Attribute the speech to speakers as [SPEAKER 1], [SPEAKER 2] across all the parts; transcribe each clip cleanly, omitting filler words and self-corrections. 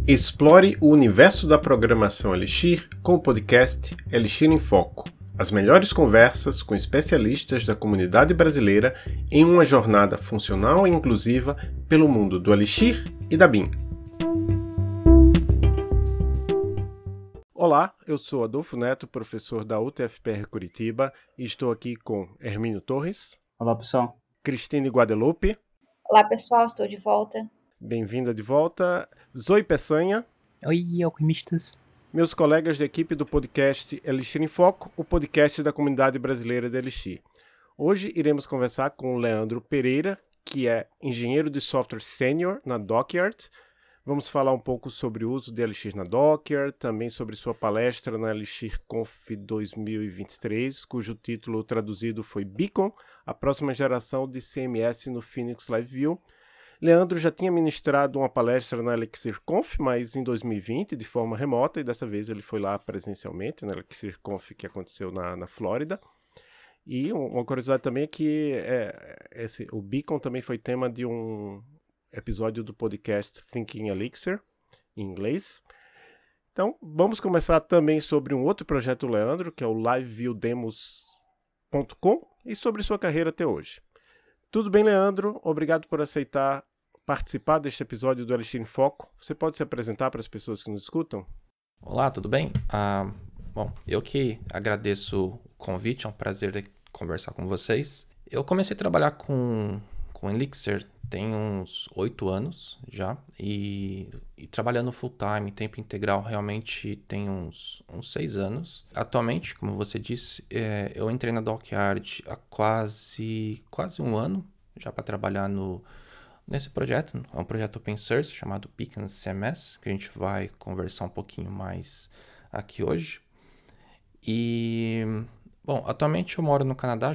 [SPEAKER 1] Explore o universo da programação Elixir com o podcast Elixir em Foco. As melhores conversas com especialistas da comunidade brasileira em uma jornada funcional e inclusiva pelo mundo do Elixir e da BIM. Olá, eu sou Adolfo Neto, professor da UTFPR Curitiba, e estou aqui com Hermínio Torres.
[SPEAKER 2] Olá, pessoal.
[SPEAKER 1] Cristine Guadalupe.
[SPEAKER 3] Olá, pessoal, estou de volta.
[SPEAKER 1] Bem-vinda de volta. Zoe Peçanha.
[SPEAKER 4] Oi, alquimistas.
[SPEAKER 1] Meus colegas da equipe do podcast Elixir em Foco, o podcast da comunidade brasileira de Elixir. Hoje iremos conversar com o Leandro Pereira, que é engenheiro de software sênior na Dockyard. Vamos falar um pouco sobre o uso de Elixir na Docker, também sobre sua palestra na Elixir Conf 2023, cujo título traduzido foi Beacon, a próxima geração de CMS no Phoenix Live View. Leandro já tinha ministrado uma palestra na Elixir Conf, mas em 2020, de forma remota, e dessa vez ele foi lá presencialmente, na Elixir Conf que aconteceu na Flórida. E uma curiosidade também é que o Beacon também foi tema de um episódio do podcast Thinking Elixir, em inglês. Então, vamos começar também sobre um outro projeto do Leandro, que é o liveviewdemos.com, e sobre sua carreira até hoje. Tudo bem, Leandro? Obrigado por aceitar participar deste episódio do Elixir em Foco. Você pode se apresentar para as pessoas que nos escutam?
[SPEAKER 4] Olá, tudo bem? Bom, eu que agradeço o convite, é um prazer conversar com vocês. Eu comecei a trabalhar com Elixir tem uns 8 anos já, e trabalhando full time, tempo integral, realmente tem uns 6 anos. Atualmente, como você disse, eu entrei na Dockyard há quase um ano, já para trabalhar nesse projeto. É um projeto open source chamado Beacon CMS, que a gente vai conversar um pouquinho mais aqui hoje. E, bom, atualmente eu moro no Canadá,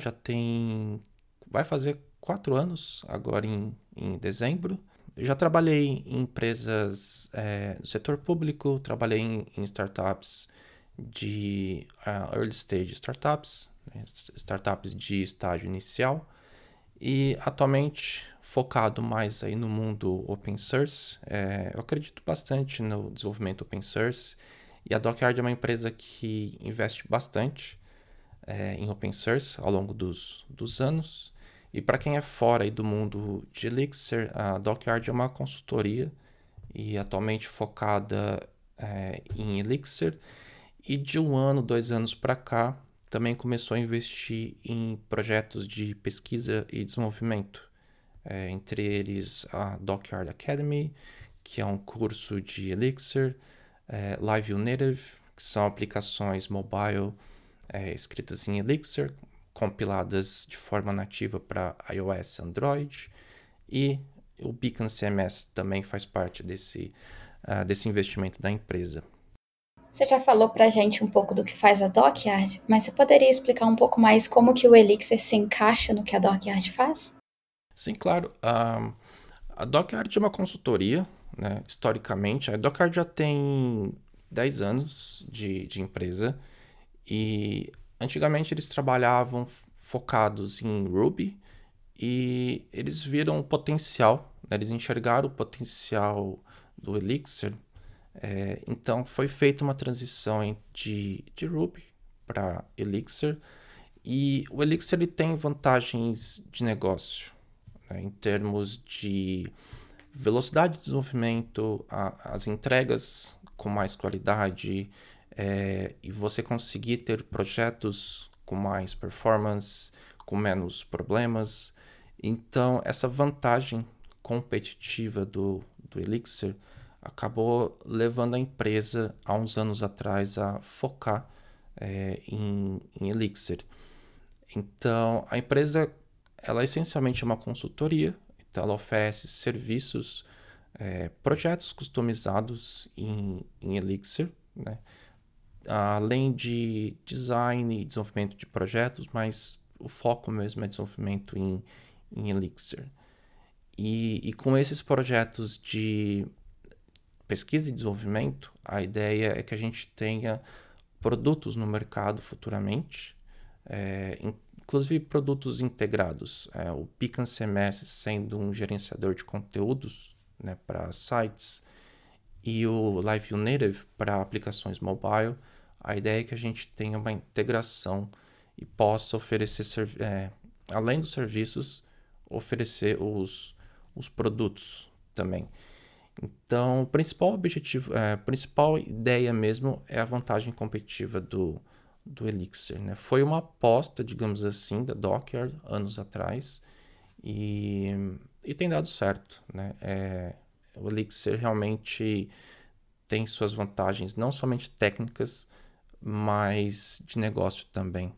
[SPEAKER 4] vai fazer 4 anos, agora em dezembro. Eu já trabalhei em empresas do setor público, trabalhei em startups de early stage startups, né, startups de estágio inicial, e atualmente focado mais aí no mundo open source. Eu acredito bastante no desenvolvimento open source, e a Dockyard é uma empresa que investe bastante em open source ao longo dos anos. E para quem é fora aí do mundo de Elixir, a Dockyard é uma consultoria e atualmente focada em Elixir. E de 2 anos para cá, também começou a investir em projetos de pesquisa e desenvolvimento. Entre eles a Dockyard Academy, que é um curso de Elixir, Live Native, que são aplicações mobile escritas em Elixir, compiladas de forma nativa para iOS e Android, e o Beacon CMS também faz parte desse investimento da empresa.
[SPEAKER 3] Você já falou pra gente um pouco do que faz a Dockyard, mas você poderia explicar um pouco mais como que o Elixir se encaixa no que a Dockyard faz?
[SPEAKER 4] Sim, claro. A Dockyard é uma consultoria, né? Historicamente, a Dockyard já tem 10 anos de empresa, e antigamente eles trabalhavam focados em Ruby, e eles viram o potencial, né? Eles enxergaram o potencial do Elixir. Então foi feita uma transição de Ruby para Elixir, e o Elixir ele tem vantagens de negócio, né? Em termos de velocidade de desenvolvimento, as entregas com mais qualidade, e você conseguir ter projetos com mais performance, com menos problemas. Então, essa vantagem competitiva do Elixir acabou levando a empresa, há uns anos atrás, a focar em Elixir. Então, a empresa ela essencialmente é uma consultoria, então ela oferece serviços, projetos customizados em Elixir, né? Além de design e desenvolvimento de projetos, mas o foco mesmo é desenvolvimento em Elixir. E com esses projetos de pesquisa e desenvolvimento, a ideia é que a gente tenha produtos no mercado futuramente, inclusive produtos integrados. O Beacon CMS sendo um gerenciador de conteúdos, né, para sites, e o Live View Native para aplicações mobile. A ideia é que a gente tenha uma integração e possa oferecer, além dos serviços, oferecer os produtos também. Então, o principal objetivo, a principal ideia mesmo é a vantagem competitiva do Elixir, né? Foi uma aposta, digamos assim, da Dockyard anos atrás e tem dado certo, né? O Elixir realmente tem suas vantagens, não somente técnicas, mas de negócio também.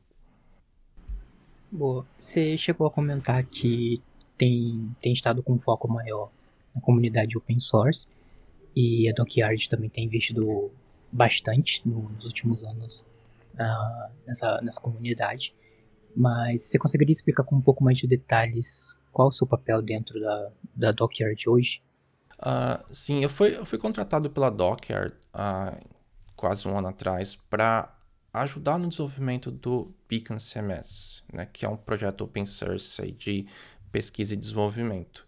[SPEAKER 2] Boa. Você chegou a comentar que tem estado com um foco maior na comunidade open source e a Dockyard também tem investido bastante nos últimos anos nessa comunidade. Mas você conseguiria explicar com um pouco mais de detalhes qual o seu papel dentro da Dockyard hoje?
[SPEAKER 4] Sim, eu fui contratado pela Dockyard há quase um ano atrás para ajudar no desenvolvimento do Beacon CMS, né, que é um projeto open source aí de pesquisa e desenvolvimento.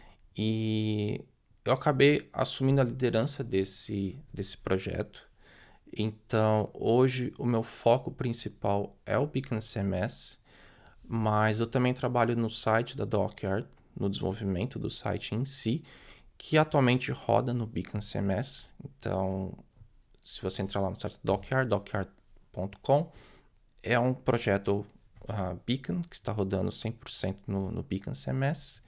[SPEAKER 4] E eu acabei assumindo a liderança desse projeto. Então, hoje o meu foco principal é o Beacon CMS, mas eu também trabalho no site da Dockyard, no desenvolvimento do site em si, que atualmente roda no Beacon CMS. Então, se você entrar lá no site dockyard.com, é um projeto Beacon que está rodando 100% no Beacon CMS.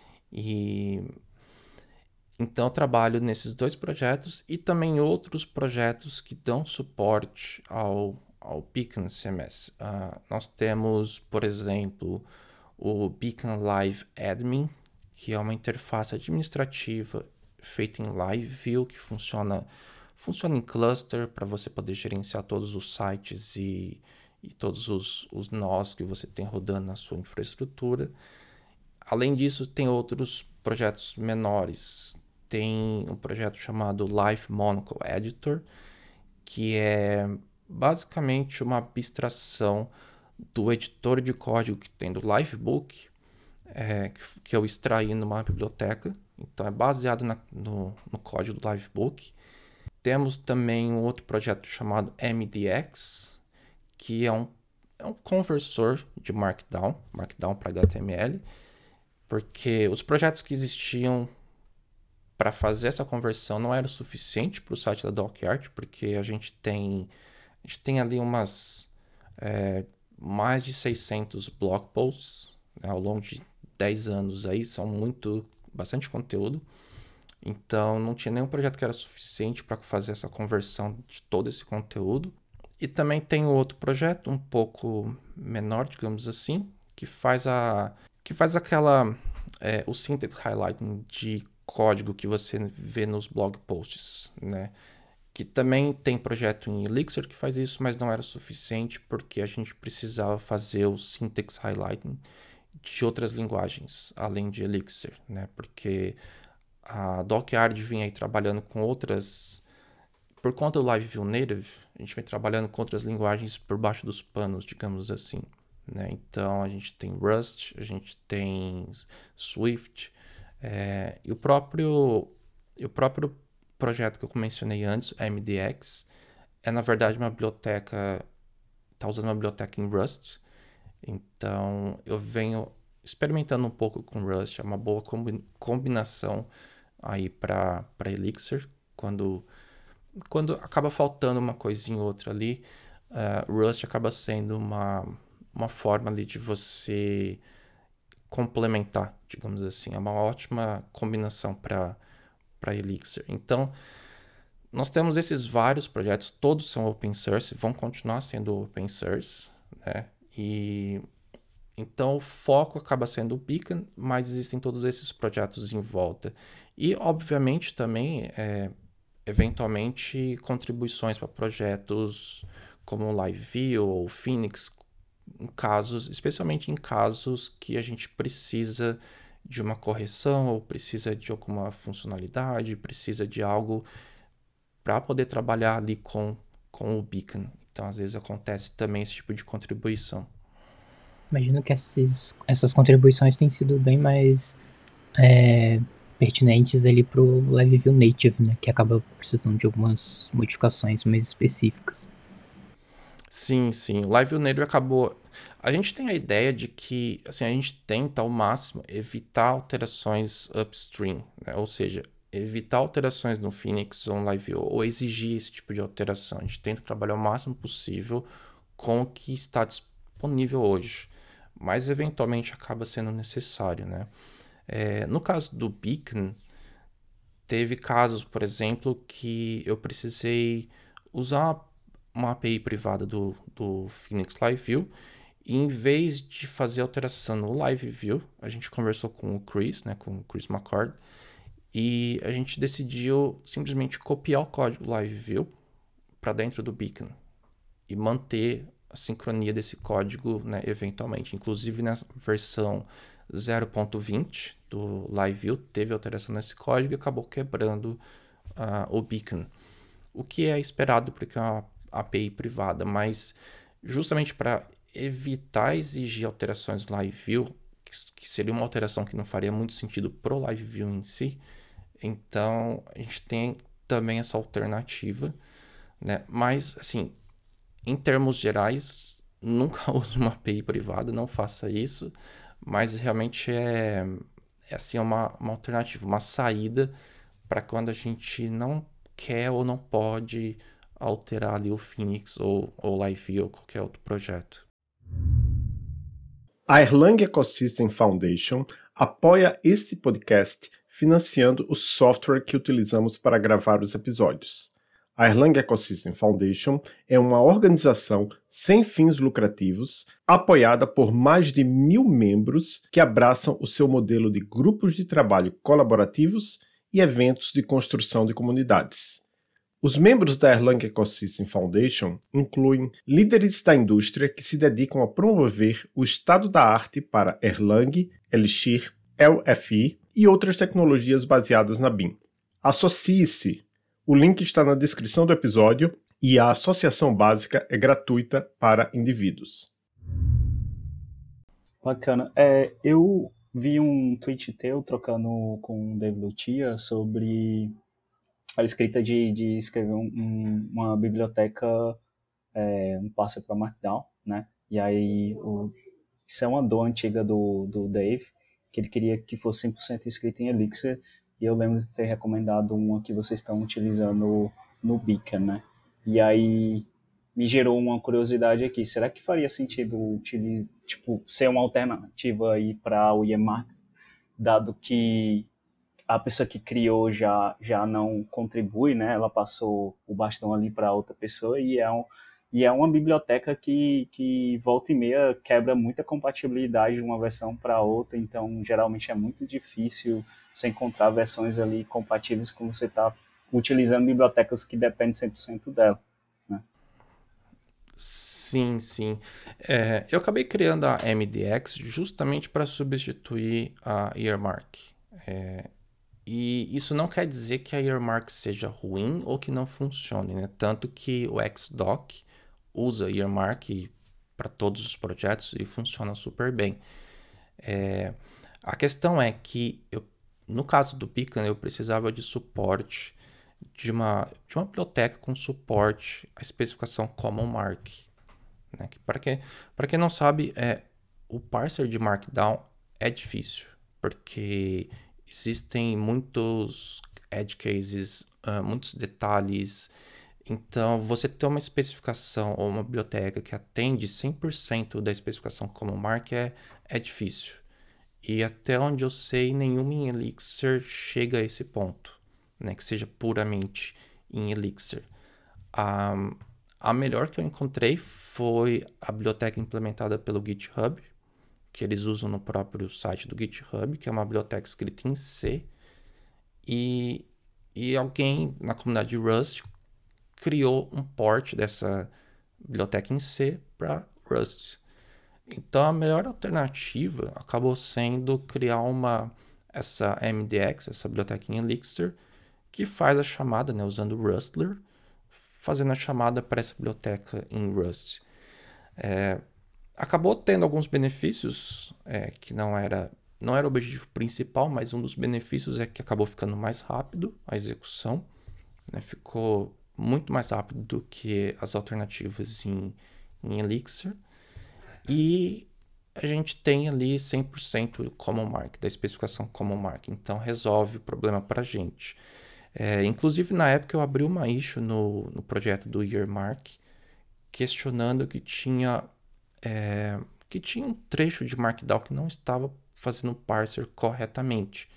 [SPEAKER 4] E então eu trabalho nesses dois projetos e também outros projetos que dão suporte ao Beacon CMS. Nós temos, por exemplo, o Beacon Live Admin, que é uma interface administrativa feita em Live View, que funciona em cluster para você poder gerenciar todos os sites e todos os nós que você tem rodando na sua infraestrutura. Além disso, tem outros projetos menores. Tem um projeto chamado Live Monaco Editor, que é basicamente uma abstração do editor de código que tem do Livebook, que eu extraí numa biblioteca. Então é baseado no código do Livebook. Temos também um outro projeto chamado MDX, que é um conversor de Markdown para HTML, porque os projetos que existiam para fazer essa conversão não era suficiente para o site da Dockyard, porque a gente tem ali mais de 600 blog posts, né, ao longo de 10 anos aí, bastante conteúdo. Então não tinha nenhum projeto que era suficiente para fazer essa conversão de todo esse conteúdo. E também tem outro projeto um pouco menor, digamos assim, que faz o syntax highlighting de código que você vê nos blog posts, né? Que também tem projeto em Elixir que faz isso, mas não era suficiente porque a gente precisava fazer o syntax highlighting de outras linguagens, além de Elixir, né? Porque a Dockyard vinha aí trabalhando com outras... Por conta do Live View Native, a gente vem trabalhando com outras linguagens por baixo dos panos, digamos assim, né? Então, a gente tem Rust, a gente tem Swift, e o próprio projeto que eu mencionei antes, a MDX, na verdade uma biblioteca, está usando uma biblioteca em Rust. Então, eu venho experimentando um pouco com Rust, é uma boa combinação aí para Elixir. Quando acaba faltando uma coisinha ou outra ali, Rust acaba sendo uma forma ali de você complementar, digamos assim. É uma ótima combinação para Elixir. Então, nós temos esses vários projetos, todos são open source, vão continuar sendo open source, né? E então o foco acaba sendo o Beacon, mas existem todos esses projetos em volta. E, obviamente, também, eventualmente, contribuições para projetos como o LiveView ou Phoenix, especialmente em casos que a gente precisa de uma correção ou precisa de alguma funcionalidade, precisa de algo para poder trabalhar ali com o Beacon. Então, às vezes, acontece também esse tipo de contribuição.
[SPEAKER 2] Imagino que essas contribuições têm sido bem mais pertinentes ali pro LiveView Native, né, que acaba precisando de algumas modificações mais específicas.
[SPEAKER 4] Sim, sim. O Live Native acabou. A gente tem a ideia de que, assim, a gente tenta ao máximo evitar alterações upstream, né? Ou seja, evitar alterações no Phoenix ou no LiveView, ou exigir esse tipo de alteração. A gente tenta trabalhar o máximo possível com o que está disponível hoje, mas eventualmente acaba sendo necessário, né? No caso do Beacon, teve casos, por exemplo, que eu precisei usar uma API privada do Phoenix LiveView, e em vez de fazer alteração no LiveView, a gente conversou com o Chris, né, com o Chris McCord, e a gente decidiu simplesmente copiar o código do LiveView para dentro do Beacon e manter a sincronia desse código, né, eventualmente. Inclusive na versão 0.20 do LiveView teve alteração nesse código e acabou quebrando o Beacon. O que é esperado porque é uma API privada, mas justamente para evitar exigir alterações no LiveView, que seria uma alteração que não faria muito sentido pro LiveView em si, então a gente tem também essa alternativa, né? Mas, assim, em termos gerais, nunca use uma API privada, não faça isso, mas realmente é assim, uma alternativa, uma saída para quando a gente não quer ou não pode alterar ali o Phoenix ou LiveView ou qualquer outro projeto.
[SPEAKER 1] A Erlang Ecosystem Foundation apoia este podcast financiando o software que utilizamos para gravar os episódios. A Erlang Ecosystem Foundation é uma organização sem fins lucrativos, apoiada por mais de 1.000 membros que abraçam o seu modelo de grupos de trabalho colaborativos e eventos de construção de comunidades. Os membros da Erlang Ecosystem Foundation incluem líderes da indústria que se dedicam a promover o estado da arte para Erlang, Elixir, LFI e outras tecnologias baseadas na BIM. Associe-se! O link está na descrição do episódio e a associação básica é gratuita para indivíduos.
[SPEAKER 5] Bacana. Eu vi um tweet teu trocando com o David Lucia sobre a escrita de escrever uma biblioteca, um parser para Markdown, né? E aí, isso é uma dor antiga do Dave, que ele queria que fosse 100% escrita em Elixir, e eu lembro de ter recomendado uma que vocês estão utilizando no Beacon, né? E aí me gerou uma curiosidade aqui, será que faria sentido ser uma alternativa aí para o Emacs, dado que a pessoa que criou já não contribui, né? Ela passou o bastão ali para outra pessoa e é uma biblioteca que volta e meia quebra muita compatibilidade de uma versão para outra, então geralmente é muito difícil você encontrar versões ali compatíveis quando você está utilizando bibliotecas que dependem 100% dela, né?
[SPEAKER 4] Sim, sim. Eu acabei criando a MDX justamente para substituir a Earmark. E isso não quer dizer que a Earmark seja ruim ou que não funcione, né? Tanto que o Xdoc usa Earmark para todos os projetos e funciona super bem. A questão é que, no caso do Beacon, eu precisava de suporte de uma biblioteca com suporte à especificação Common Mark, né? Para quem não sabe, o parser de Markdown é difícil, porque existem muitos edge cases, muitos detalhes. Então, você ter uma especificação ou uma biblioteca que atende 100% da especificação Common Mark é difícil. E até onde eu sei, nenhuma em Elixir chega a esse ponto, né, que seja puramente em Elixir. A melhor que eu encontrei foi a biblioteca implementada pelo GitHub, que eles usam no próprio site do GitHub, que é uma biblioteca escrita em C, e alguém na comunidade Rust criou um port dessa biblioteca em C para Rust. Então a melhor alternativa acabou sendo criar essa MDX, essa biblioteca em Elixir, que faz a chamada, né, usando o Rustler, fazendo a chamada para essa biblioteca em Rust. Acabou tendo alguns benefícios que não era não era o objetivo principal, mas um dos benefícios é que acabou ficando mais rápido a execução, né? Ficou muito mais rápido do que as alternativas em Elixir. E a gente tem ali 100% Common Mark, da especificação Common Mark. Então, resolve o problema para a gente. Inclusive, na época, eu abri uma issue no projeto do Earmark, questionando que tinha um trecho de Markdown que não estava fazendo o parser corretamente.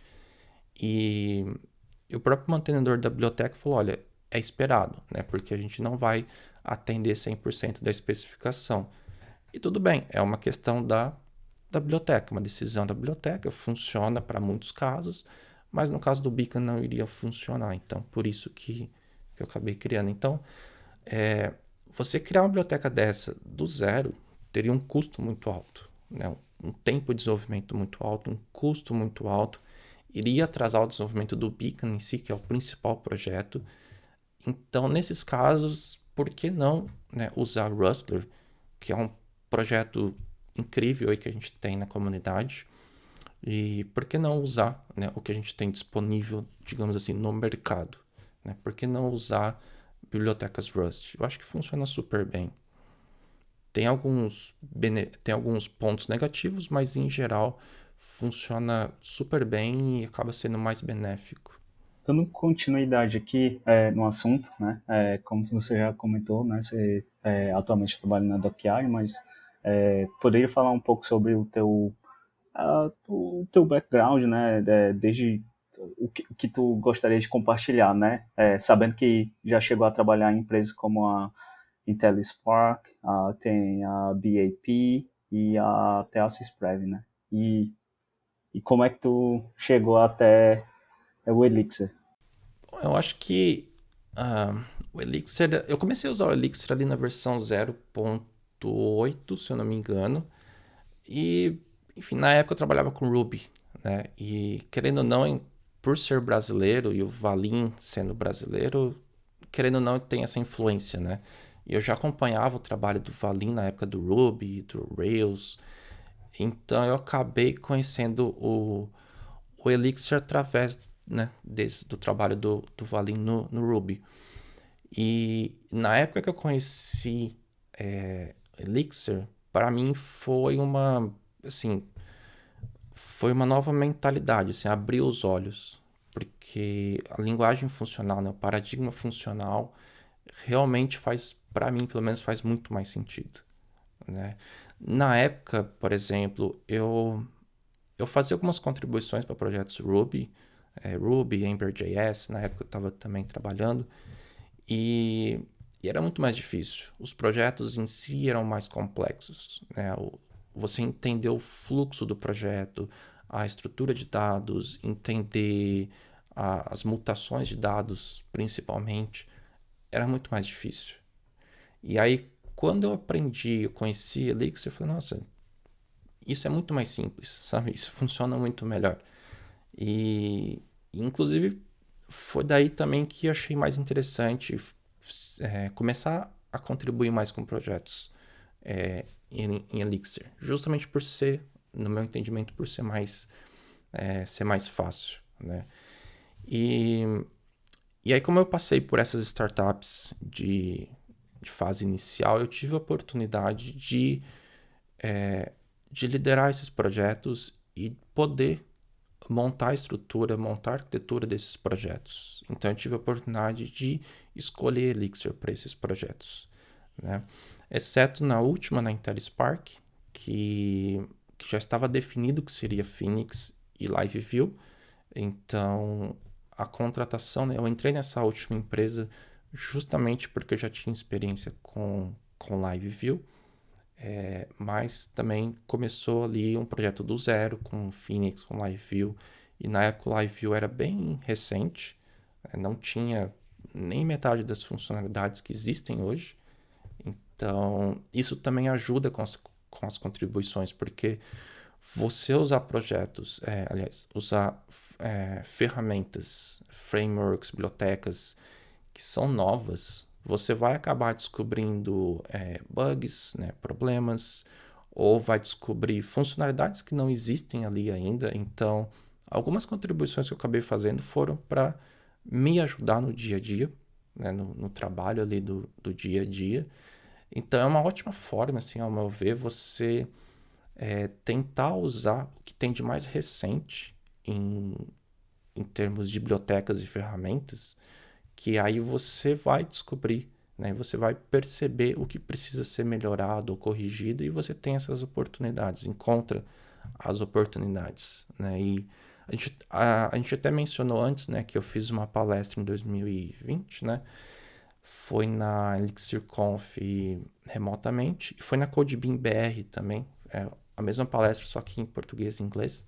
[SPEAKER 4] E o próprio mantenedor da biblioteca falou, olha, é esperado, né? Porque a gente não vai atender 100% da especificação. E tudo bem, é uma questão da biblioteca, uma decisão da biblioteca, funciona para muitos casos, mas no caso do Beacon não iria funcionar. Então, por isso que eu acabei criando. Então, você criar uma biblioteca dessa do zero teria um custo muito alto, né? Um tempo de desenvolvimento muito alto, um custo muito alto, iria atrasar o desenvolvimento do Beacon em si, que é o principal projeto. Então, nesses casos, por que não, né, usar Rustler, que é um projeto incrível aí que a gente tem na comunidade, e por que não usar, né, o que a gente tem disponível, digamos assim, no mercado, né? Por que não usar bibliotecas Rust? Eu acho que funciona super bem. Tem alguns pontos negativos, mas em geral funciona super bem e acaba sendo mais benéfico.
[SPEAKER 5] Dando continuidade aqui no assunto, né? Como você já comentou, né? Você atualmente trabalha na Dockyard, mas poderia falar um pouco sobre o teu background, né? Desde o que tu gostaria de compartilhar, né? Sabendo que já chegou a trabalhar em empresas como a IntelliSpark, tem a BAP e a Theasys-Prev, né? E como é que tu chegou até o Elixir?
[SPEAKER 4] Eu acho que o Elixir... Eu comecei a usar o Elixir ali na versão 0.8, se eu não me engano. E, enfim, na época eu trabalhava com Ruby, né? E, querendo ou não, por ser brasileiro e o Valim sendo brasileiro, querendo ou não, tem essa influência, né? E eu já acompanhava o trabalho do Valim na época do Ruby, do Rails. Então eu acabei conhecendo o Elixir através, né, do trabalho do Valim no Ruby. E na época que eu conheci Elixir, para mim foi uma nova mentalidade, assim, abriu os olhos, porque a linguagem funcional, né, o paradigma funcional realmente faz, para mim pelo menos, faz muito mais sentido, né? Na época, por exemplo, eu fazia algumas contribuições para projetos Ruby, Ember.js, na época eu estava também trabalhando, e era muito mais difícil. Os projetos em si eram mais complexos, né? Você entender o fluxo do projeto, a estrutura de dados, entender as mutações de dados, principalmente, era muito mais difícil. E aí, quando eu conheci Elixir, eu falei, nossa, isso é muito mais simples, sabe? Isso funciona muito melhor. E inclusive, foi daí também que eu achei mais interessante começar a contribuir mais com projetos em Elixir. Justamente por ser, no meu entendimento, por ser mais fácil, né? E aí, como eu passei por essas startups de fase inicial, eu tive a oportunidade de liderar esses projetos e poder montar a estrutura, montar a arquitetura desses projetos. Então, eu tive a oportunidade de escolher Elixir para esses projetos, né? Exceto na última, na IntelliSpark, que já estava definido que seria Phoenix e LiveView. Então, a contratação, né? Eu entrei nessa última empresa justamente porque eu já tinha experiência com LiveView. Mas também começou ali um projeto do zero com Phoenix, com LiveView, e na época o LiveView era bem recente, não tinha nem metade das funcionalidades que existem hoje. Então isso também ajuda com as contribuições, porque você usar usar ferramentas, frameworks, bibliotecas que são novas, você vai acabar descobrindo bugs, né, problemas, ou vai descobrir funcionalidades que não existem ali ainda. Então, algumas contribuições que eu acabei fazendo foram para me ajudar no dia a dia, né, no trabalho ali do dia a dia. Então, é uma ótima forma, assim, ao meu ver, você tentar usar o que tem de mais recente em termos de bibliotecas e ferramentas, que aí você vai descobrir, né? Você vai perceber o que precisa ser melhorado ou corrigido e você tem essas oportunidades, encontra as oportunidades, né? E a gente até mencionou antes, né, que eu fiz uma palestra em 2020, né? Foi na ElixirConf remotamente e foi na CodeBeam BR também, a mesma palestra, só que em português e inglês.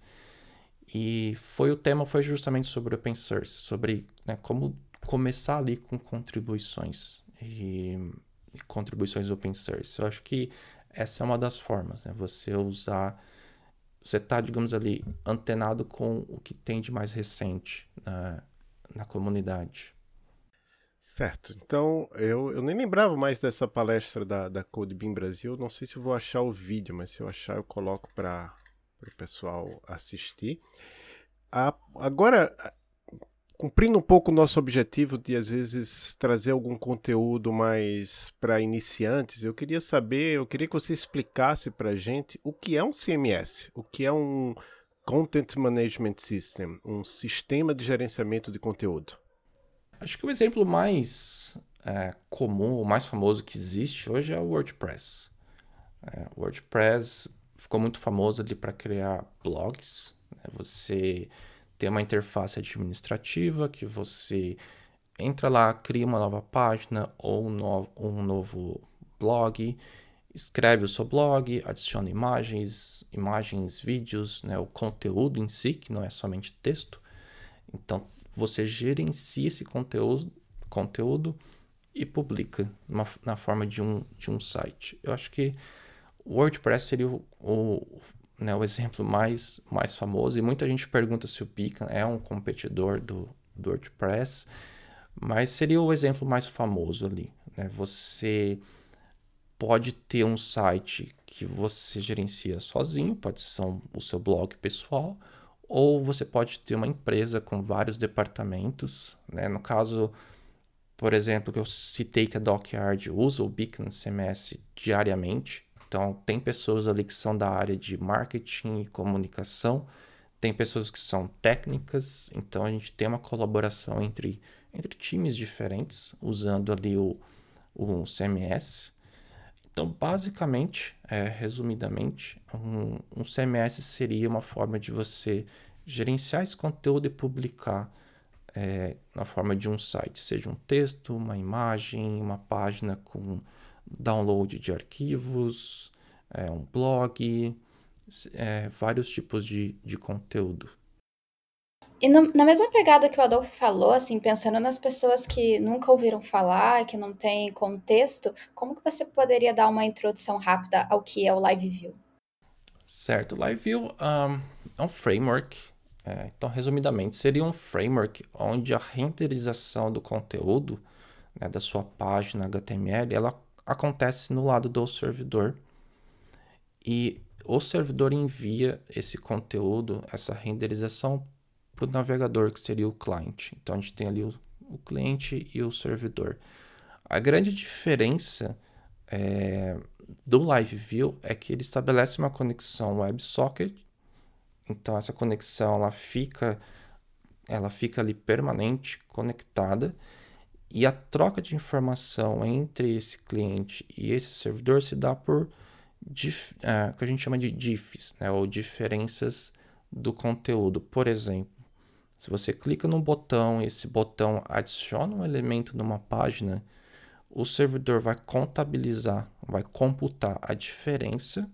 [SPEAKER 4] E o tema foi justamente sobre open source, sobre, né, como começar ali com contribuições e contribuições open source. Eu acho que essa é uma das formas, né? Você tá, digamos ali, antenado com o que tem de mais recente na comunidade.
[SPEAKER 1] Certo. Então, eu nem lembrava mais dessa palestra da CodeBeam Brasil. Não sei se eu vou achar o vídeo, mas se eu achar, eu coloco para o pessoal assistir. Agora, cumprindo um pouco o nosso objetivo de, às vezes, trazer algum conteúdo mais para iniciantes, eu queria que você explicasse para a gente o que é um CMS, o que é um Content Management System, um sistema de gerenciamento de conteúdo.
[SPEAKER 4] Acho que o exemplo mais comum, o mais famoso que existe hoje é o WordPress. O WordPress ficou muito famoso ali para criar blogs, né? Você tem uma interface administrativa que você entra lá, cria uma nova página ou um novo blog, escreve o seu blog, adiciona imagens, vídeos, né? O conteúdo em si, que não é somente texto. Então, você gerencia esse conteúdo e publica na forma de um site. Eu acho que o WordPress seria né, o exemplo mais famoso, e muita gente pergunta se o Pika é um competidor do WordPress, mas seria o exemplo mais famoso ali, né? Você pode ter um site que você gerencia sozinho, pode ser o seu blog pessoal, ou você pode ter uma empresa com vários departamentos, né? No caso, por exemplo, que eu citei que a Dockyard usa o Beacon CMS diariamente. Então, tem pessoas ali que são da área de marketing e comunicação, tem pessoas que são técnicas, então a gente tem uma colaboração entre times diferentes, usando ali o CMS. Então, basicamente, resumidamente, um CMS seria uma forma de você gerenciar esse conteúdo e publicar na forma de um site, seja um texto, uma imagem, uma página com download de arquivos, um blog, vários tipos de conteúdo.
[SPEAKER 3] E na mesma pegada que o Adolfo falou, assim, pensando nas pessoas que nunca ouviram falar, que não têm contexto, como que você poderia dar uma introdução rápida ao que é o Live View?
[SPEAKER 4] Certo, Live View é um framework. Então, resumidamente, seria um framework onde a renderização do conteúdo, né, da sua página HTML, ela acontece no lado do servidor. E o servidor envia esse conteúdo, essa renderização, para o navegador, que seria o cliente. Então, a gente tem ali o cliente e o servidor. A grande diferença do Live View é que ele estabelece uma conexão WebSocket. Então, essa conexão ela fica ali permanente, conectada, e a troca de informação entre esse cliente e esse servidor se dá por o que a gente chama de diffs, né, ou diferenças do conteúdo. Por exemplo, se você clica num botão e esse botão adiciona um elemento numa página, o servidor vai contabilizar, vai computar a diferença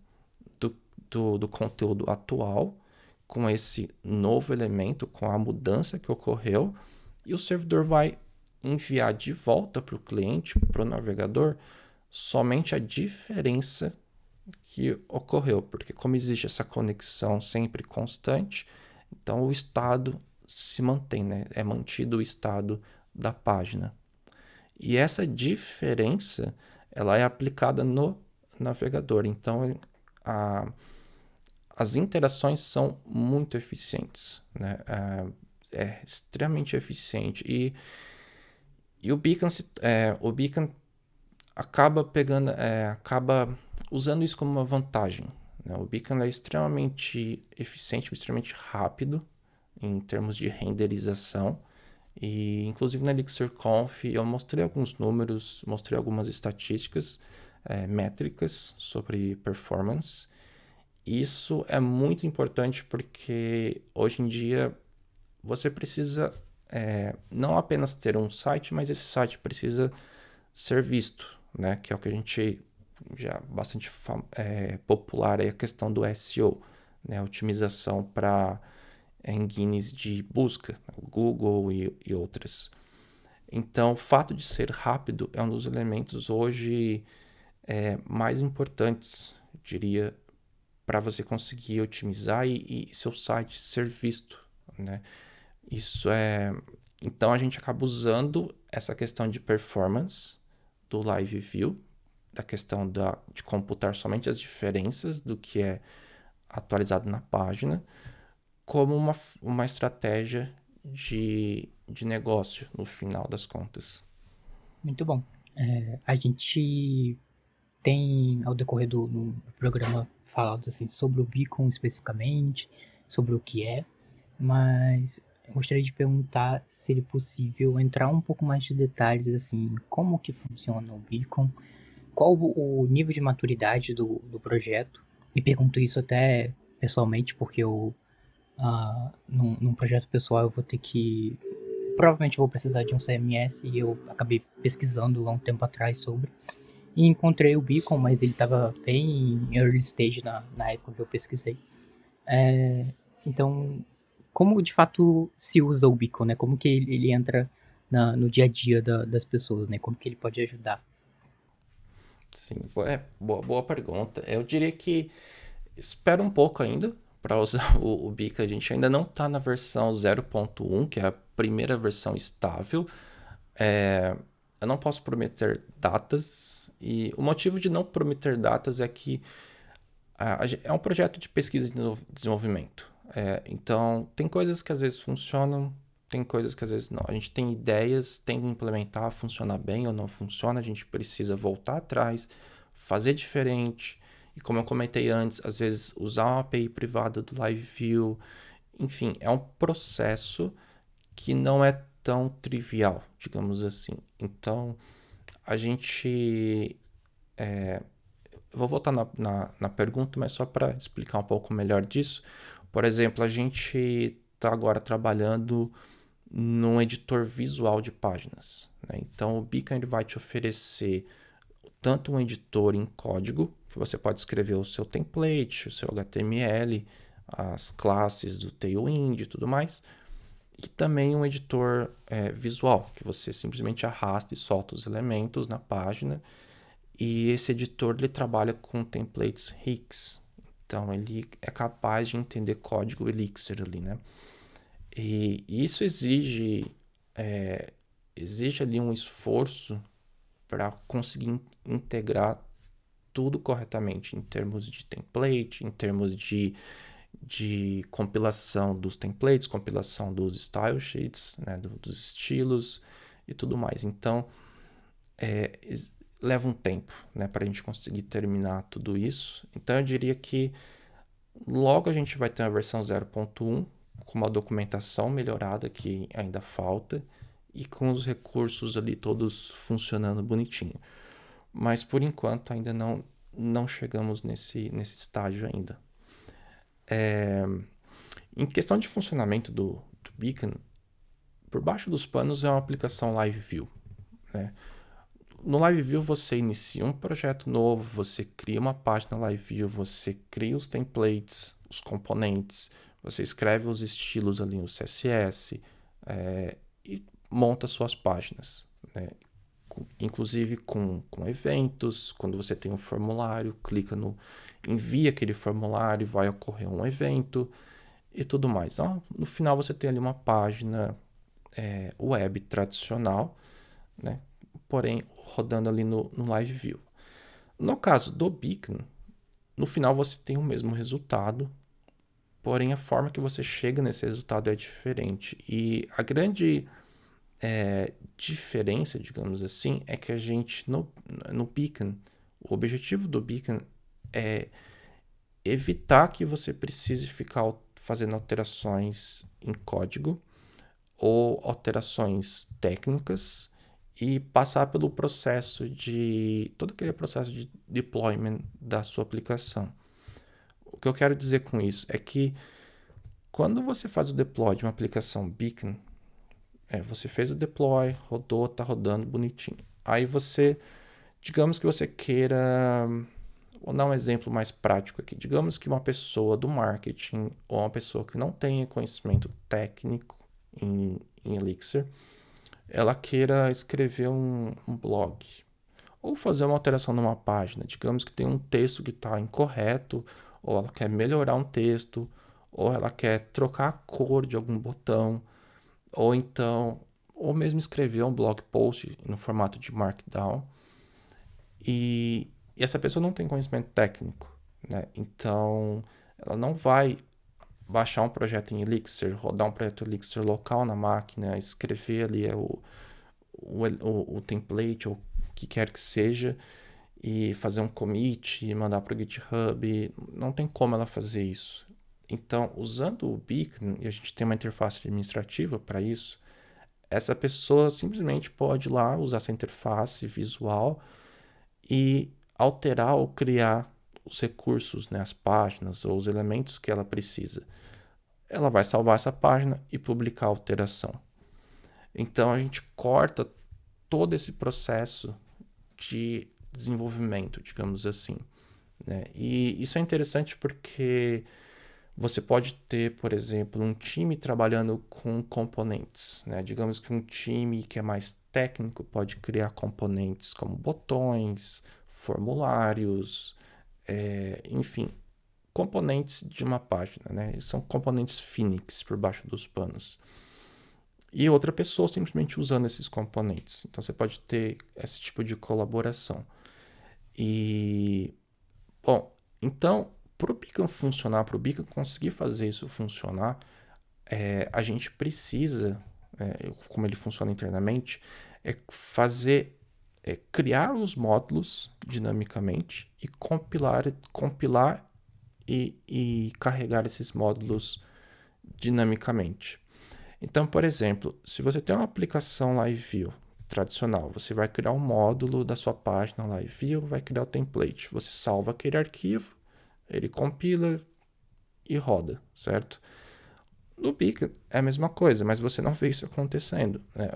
[SPEAKER 4] do conteúdo atual com esse novo elemento, com a mudança que ocorreu, e o servidor vai enviar de volta para o cliente, para o navegador, somente a diferença que ocorreu, porque como existe essa conexão sempre constante, então o estado se mantém, né? É mantido o estado da página. E essa diferença ela é aplicada no navegador. Então, as interações são muito eficientes, né? É extremamente eficiente. E o Beacon acaba acaba usando isso como uma vantagem, né? O Beacon é extremamente eficiente, extremamente rápido em termos de renderização. E inclusive na ElixirConf eu mostrei alguns números, mostrei algumas estatísticas, métricas sobre performance. Isso é muito importante porque hoje em dia você precisa não apenas ter um site, mas esse site precisa ser visto, né? Que é o que a gente já bastante popular é a questão do SEO, né? Otimização para engines de busca, Google e outras. Então, o fato de ser rápido é um dos elementos hoje mais importantes, eu diria, para você conseguir otimizar e seu site ser visto, né? Isso é... Então, a gente acaba usando essa questão de performance do Live View, da questão de computar somente as diferenças do que é atualizado na página, como uma estratégia de negócio, no final das contas.
[SPEAKER 2] Muito bom. A gente tem, ao decorrer do programa, falado assim, sobre o Beacon especificamente, sobre o que é, mas eu gostaria de perguntar se seria possível entrar um pouco mais de detalhes, assim, como que funciona o Beacon, qual o nível de maturidade do projeto, e pergunto isso até pessoalmente, porque num projeto pessoal eu vou ter que... Provavelmente vou precisar de um CMS e eu acabei pesquisando há um tempo atrás sobre. E encontrei o Beacon, mas ele estava bem em early stage na época que eu pesquisei. Então, como de fato se usa o Beacon, né? Como que ele entra no dia a dia das pessoas, né? Como que ele pode ajudar?
[SPEAKER 4] Sim, boa pergunta. Eu diria que espera um pouco ainda para usar o Beacon. A gente ainda não está na versão 0.1, que é a primeira versão estável. Eu não posso prometer datas, e o motivo de não prometer datas é que é um projeto de pesquisa e desenvolvimento. Então, tem coisas que às vezes funcionam, tem coisas que às vezes não. A gente tem ideias, tem que implementar, funciona bem ou não funciona, a gente precisa voltar atrás, fazer diferente. E como eu comentei antes, às vezes usar uma API privada do LiveView. Enfim, é um processo que não é tão trivial, digamos assim. Então, a gente... eu vou voltar na pergunta, mas só para explicar um pouco melhor disso. Por exemplo, a gente está agora trabalhando num editor visual de páginas, né? Então, o Beacon ele vai te oferecer tanto um editor em código, que você pode escrever o seu template, o seu HTML, as classes do Tailwind e tudo mais, e também um editor visual, que você simplesmente arrasta e solta os elementos na página. E esse editor ele trabalha com templates Wix, então ele é capaz de entender código Elixir ali, né? E isso exige ali um esforço para conseguir integrar tudo corretamente em termos de template, em termos de compilação dos templates, compilação dos style sheets, né, dos estilos e tudo mais. Então, leva um tempo, né, para a gente conseguir terminar tudo isso. Então, eu diria que logo a gente vai ter a versão 0.1 com uma documentação melhorada que ainda falta e com os recursos ali todos funcionando bonitinho. Mas por enquanto ainda não chegamos nesse estágio ainda. Em questão de funcionamento do Beacon, por baixo dos panos é uma aplicação LiveView, né? No LiveView você inicia um projeto novo, você cria uma página LiveView, você cria os templates, os componentes, você escreve os estilos ali no CSS e monta suas páginas, né? Inclusive com eventos, quando você tem um formulário, envia aquele formulário, vai ocorrer um evento e tudo mais. Então, no final você tem ali uma página web tradicional, né? Porém rodando ali no LiveView. No caso do Beacon, no final você tem o mesmo resultado, porém a forma que você chega nesse resultado é diferente. E a grande diferença, digamos assim, é que a gente, no Beacon, o objetivo do Beacon é evitar que você precise ficar fazendo alterações em código ou alterações técnicas e passar pelo todo aquele processo de deployment da sua aplicação. O que eu quero dizer com isso é que quando você faz o deploy de uma aplicação Beacon, você fez o deploy, rodou, tá rodando bonitinho. Aí digamos que você queira, vou dar um exemplo mais prático aqui. Digamos que uma pessoa do marketing ou uma pessoa que não tenha conhecimento técnico em Elixir, ela queira escrever um blog ou fazer uma alteração numa página. Digamos que tem um texto que está incorreto, ou ela quer melhorar um texto, ou ela quer trocar a cor de algum botão, ou mesmo escrever um blog post no formato de Markdown. E essa pessoa não tem conhecimento técnico, né? Então, ela não vai baixar um projeto em Elixir, rodar um projeto Elixir local na máquina, escrever ali o template ou o que quer que seja e fazer um commit e mandar para o GitHub. Não tem como ela fazer isso. Então, usando o Beacon, e a gente tem uma interface administrativa para isso, essa pessoa simplesmente pode ir lá usar essa interface visual e alterar ou criar os recursos, né, as páginas ou os elementos que ela precisa. Ela vai salvar essa página e publicar a alteração. Então a gente corta todo esse processo de desenvolvimento, digamos assim, né? E isso é interessante porque você pode ter, por exemplo, um time trabalhando com componentes, né? Digamos que um time que é mais técnico pode criar componentes como botões, formulários, enfim, componentes de uma página, né? São componentes Phoenix por baixo dos panos. E outra pessoa simplesmente usando esses componentes. Então você pode ter esse tipo de colaboração. E, bom, então, para o Beacon funcionar, para o Beacon conseguir fazer isso funcionar, a gente precisa, como ele funciona internamente, criar os módulos dinamicamente e compilar e carregar esses módulos dinamicamente. Então, por exemplo, se você tem uma aplicação Live View tradicional, você vai criar um módulo da sua página Live View, vai criar o template. Você salva aquele arquivo, ele compila e roda, certo? No Beacon é a mesma coisa, mas você não vê isso acontecendo, né?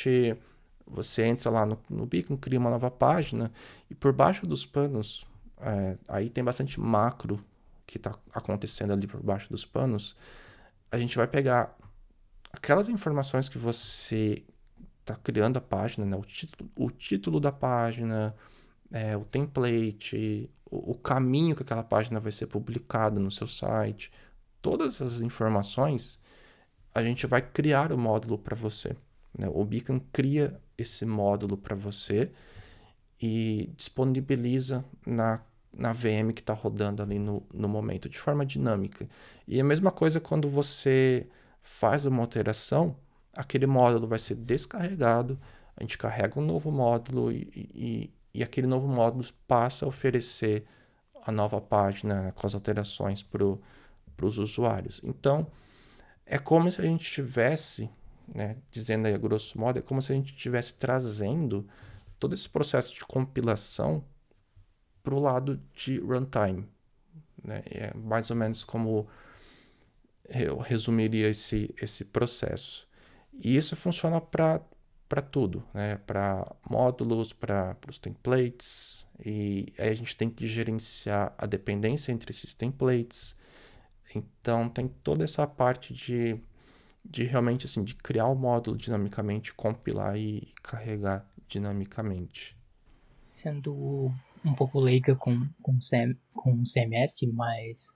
[SPEAKER 4] Você entra lá no Beacon, cria uma nova página e por baixo dos panos, aí tem bastante macro que está acontecendo ali por baixo dos panos. A gente vai pegar aquelas informações que você está criando a página, né? O título da página, o template, o caminho que aquela página vai ser publicada no seu site. Todas essas informações, a gente vai criar o módulo para você, né? O Beacon cria esse módulo para você e disponibiliza na VM que está rodando ali no momento, de forma dinâmica. E a mesma coisa quando você faz uma alteração, aquele módulo vai ser descarregado, a gente carrega um novo módulo e aquele novo módulo passa a oferecer a nova página, né, com as alterações para os usuários. Então, é como se a gente estivesse, né, dizendo aí a grosso modo, é como se a gente estivesse trazendo todo esse processo de compilação para o lado de runtime, né? É mais ou menos como eu resumiria esse processo. E isso funciona para tudo, né? Para módulos, para os templates, e aí a gente tem que gerenciar a dependência entre esses templates. Então tem toda essa parte de realmente assim, de criar o módulo dinamicamente, compilar e carregar dinamicamente.
[SPEAKER 2] Sendo um pouco leiga com CMS, mas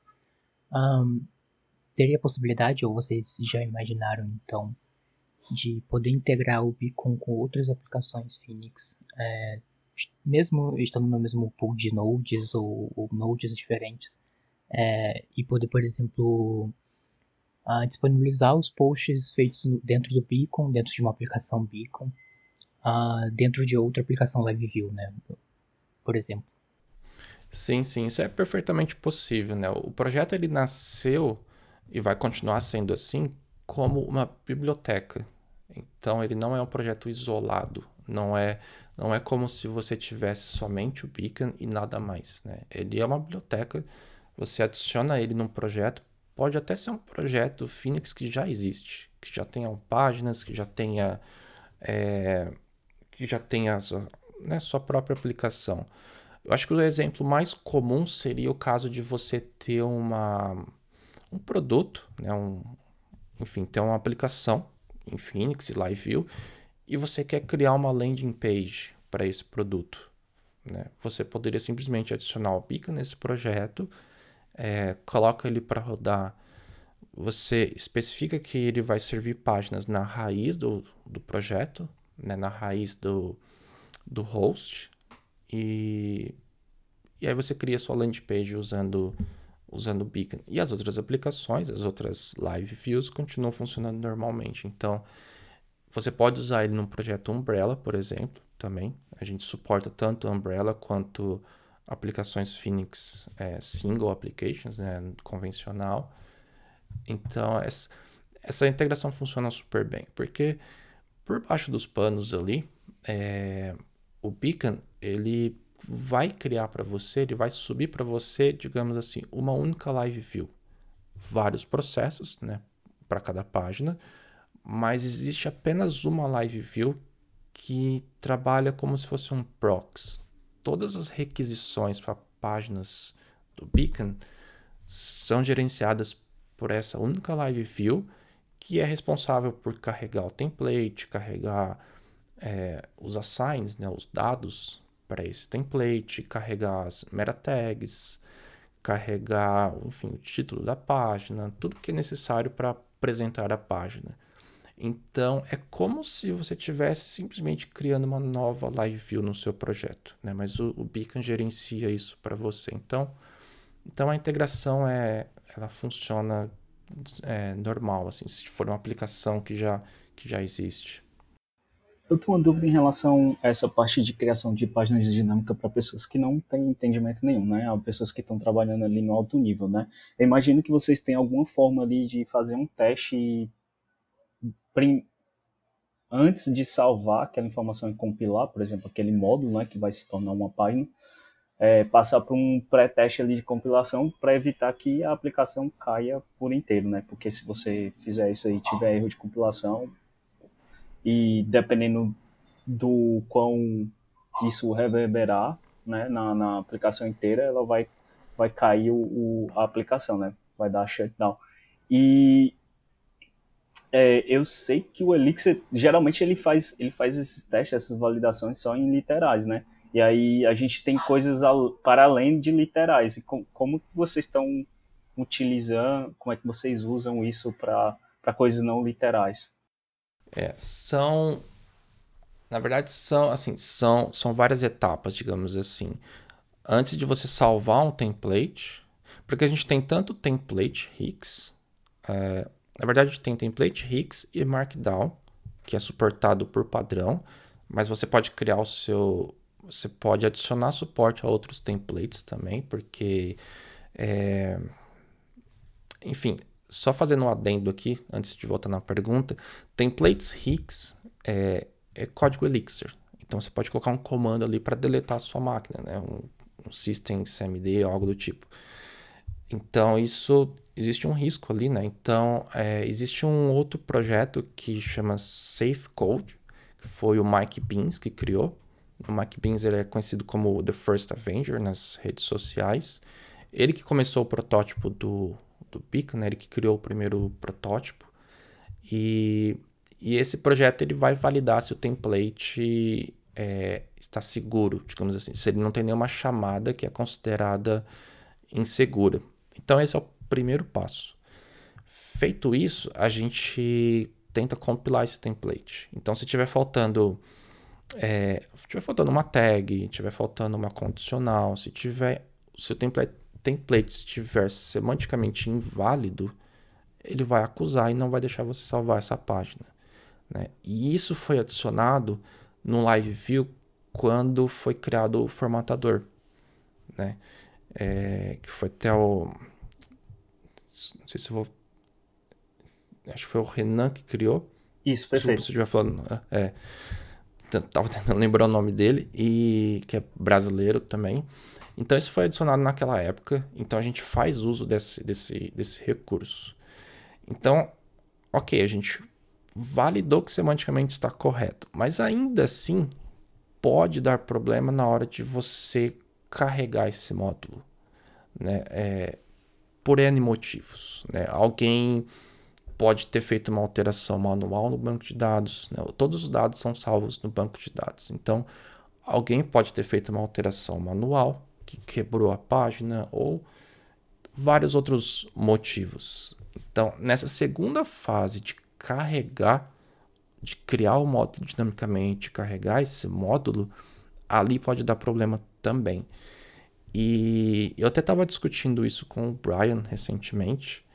[SPEAKER 2] teria possibilidade, ou vocês já imaginaram então, de poder integrar o Beacon com outras aplicações Phoenix, mesmo estando no mesmo pool de nodes ou nodes diferentes, e poder, por exemplo, disponibilizar os posts feitos dentro do Beacon, dentro de uma aplicação Beacon, dentro de outra aplicação LiveView, né? Por exemplo.
[SPEAKER 4] Sim, isso é perfeitamente possível, né? O projeto ele nasceu e vai continuar sendo assim como uma biblioteca. Então ele não é um projeto isolado, não é como se você tivesse somente o Beacon e nada mais, né? Ele é uma biblioteca, você adiciona ele num projeto, pode até ser um projeto Phoenix que já existe, que já tenha páginas, que já tenha sua própria aplicação. Eu acho que o exemplo mais comum seria o caso de você ter um produto, né? ter uma aplicação em Phoenix e LiveView e você quer criar uma landing page para esse produto, né? Você poderia simplesmente adicionar o Beacon nesse projeto, coloca ele para rodar, você especifica que ele vai servir páginas na raiz do projeto, né? Na raiz do host, e aí você cria sua landing page usando o Beacon. E as outras aplicações, as outras live views continuam funcionando normalmente. Então, você pode usar ele num projeto Umbrella, por exemplo, também. A gente suporta tanto Umbrella quanto aplicações Phoenix single applications, né, convencional. Então, essa integração funciona super bem, porque por baixo dos panos ali, o Beacon, ele vai criar para você, ele vai subir para você, digamos assim, uma única live view. Vários processos, né, para cada página, mas existe apenas uma live view que trabalha como se fosse um proxy. Todas as requisições para páginas do Beacon são gerenciadas por essa única live view, que é responsável por carregar o template, carregar os assigns, né, os dados para esse template, carregar as meta tags, carregar, enfim, o título da página, tudo que é necessário para apresentar a página. Então, é como se você estivesse simplesmente criando uma nova live view no seu projeto, né? Mas o Beacon gerencia isso para você. Então a integração ela funciona normal, assim, se for uma aplicação que já existe.
[SPEAKER 5] Eu tenho uma dúvida em relação a essa parte de criação de páginas dinâmicas para pessoas que não têm entendimento nenhum, né? Pessoas que estão trabalhando ali no alto nível, né? Eu imagino que vocês têm alguma forma ali de fazer um teste antes de salvar aquela informação e compilar, por exemplo, aquele módulo, né, que vai se tornar uma página, passar por um pré-teste ali de compilação para evitar que a aplicação caia por inteiro, né? Porque se você fizer isso aí e tiver erro de compilação, e dependendo do quão isso reverberar, né, na aplicação inteira, ela vai cair a aplicação, né? Vai dar shutdown. E eu sei que o Elixir, geralmente ele faz esses testes, essas validações só em literais, né? E aí a gente tem coisas para além de literais. E como que vocês estão utilizando, como é que vocês usam isso para coisas não literais?
[SPEAKER 4] Na verdade, são várias etapas, digamos assim. Antes de você salvar um template, porque a gente tem tanto template Hicks, na verdade, a gente tem template Hicks e Markdown, que é suportado por padrão, mas você pode criar você pode adicionar suporte a outros templates também, porque, enfim, só fazendo um adendo aqui, antes de voltar na pergunta, templates Hicks é código Elixir. Então, você pode colocar um comando ali para deletar a sua máquina, né? Um system cmd ou algo do tipo. Então, existe um risco ali, né? Então, existe um outro projeto que chama SafeCode, que foi o Mike Beans que criou. O Mike Beans ele é conhecido como The First Avenger nas redes sociais. Ele que começou o protótipo do Beacon, né? Ele que criou o primeiro protótipo. E esse projeto ele vai validar se o template está seguro, digamos assim, se ele não tem nenhuma chamada que é considerada insegura. Então esse é o primeiro passo. Feito isso, a gente tenta compilar esse template. Então se tiver faltando tiver faltando uma tag, tiver faltando uma condicional, se o template estiver semanticamente inválido, ele vai acusar e não vai deixar você salvar essa página, né? E isso foi adicionado no Live View quando foi criado o formatador, né? Que foi até o... Não sei se eu vou... Acho que foi o Renan que criou.
[SPEAKER 5] Isso,
[SPEAKER 4] Desculpa
[SPEAKER 5] perfeito.
[SPEAKER 4] se eu estiver falando... Tava tentando lembrar o nome dele, e que é brasileiro também. Então isso foi adicionado naquela época, então a gente faz uso desse recurso. Então, ok, a gente validou que semanticamente está correto, mas ainda assim pode dar problema na hora de você carregar esse módulo, né? Por N motivos, né? Alguém pode ter feito uma alteração manual no banco de dados, né? Todos os dados são salvos no banco de dados. Então, alguém pode ter feito uma alteração manual que quebrou a página ou vários outros motivos. Então, nessa segunda fase de carregar, de criar o módulo dinamicamente, carregar esse módulo, ali pode dar problema também. E eu até estava discutindo isso com o Brian recentemente.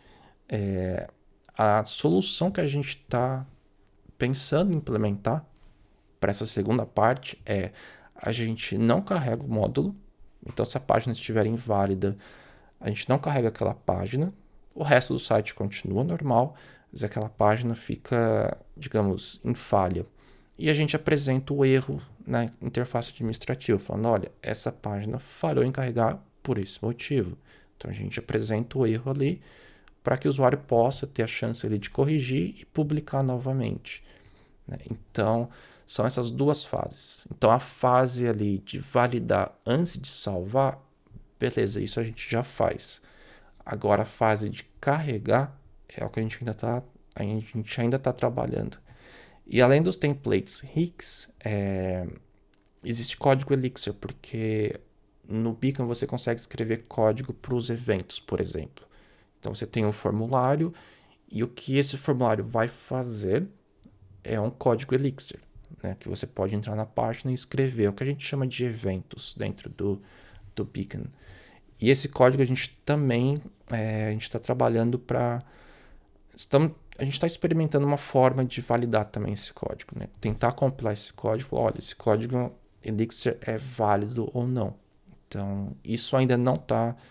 [SPEAKER 4] A solução que a gente está pensando em implementar para essa segunda parte é a gente não carrega o módulo. Então, se a página estiver inválida, a gente não carrega aquela página. O resto do site continua normal, mas aquela página fica, digamos, em falha. E a gente apresenta o erro na interface administrativa, falando, olha, essa página falhou em carregar por esse motivo. Então, a gente apresenta o erro ali para que o usuário possa ter a chance ali de corrigir e publicar novamente, né? Então, são essas duas fases. Então, a fase ali de validar antes de salvar, beleza, isso a gente já faz. Agora, a fase de carregar é o que a gente ainda está trabalhando. E além dos templates Hicks, existe código Elixir, porque no Beacon você consegue escrever código para os eventos, por exemplo. Então você tem um formulário e o que esse formulário vai fazer é um código Elixir, né, que você pode entrar na página e escrever, o que a gente chama de eventos dentro do Beacon. E esse código a gente também está trabalhando para... A gente está experimentando uma forma de validar também esse código, né? Tentar compilar esse código, olha, esse código Elixir é válido ou não. Então, isso ainda não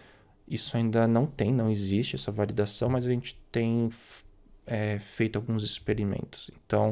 [SPEAKER 4] existe essa validação, mas a gente tem feito alguns experimentos. Então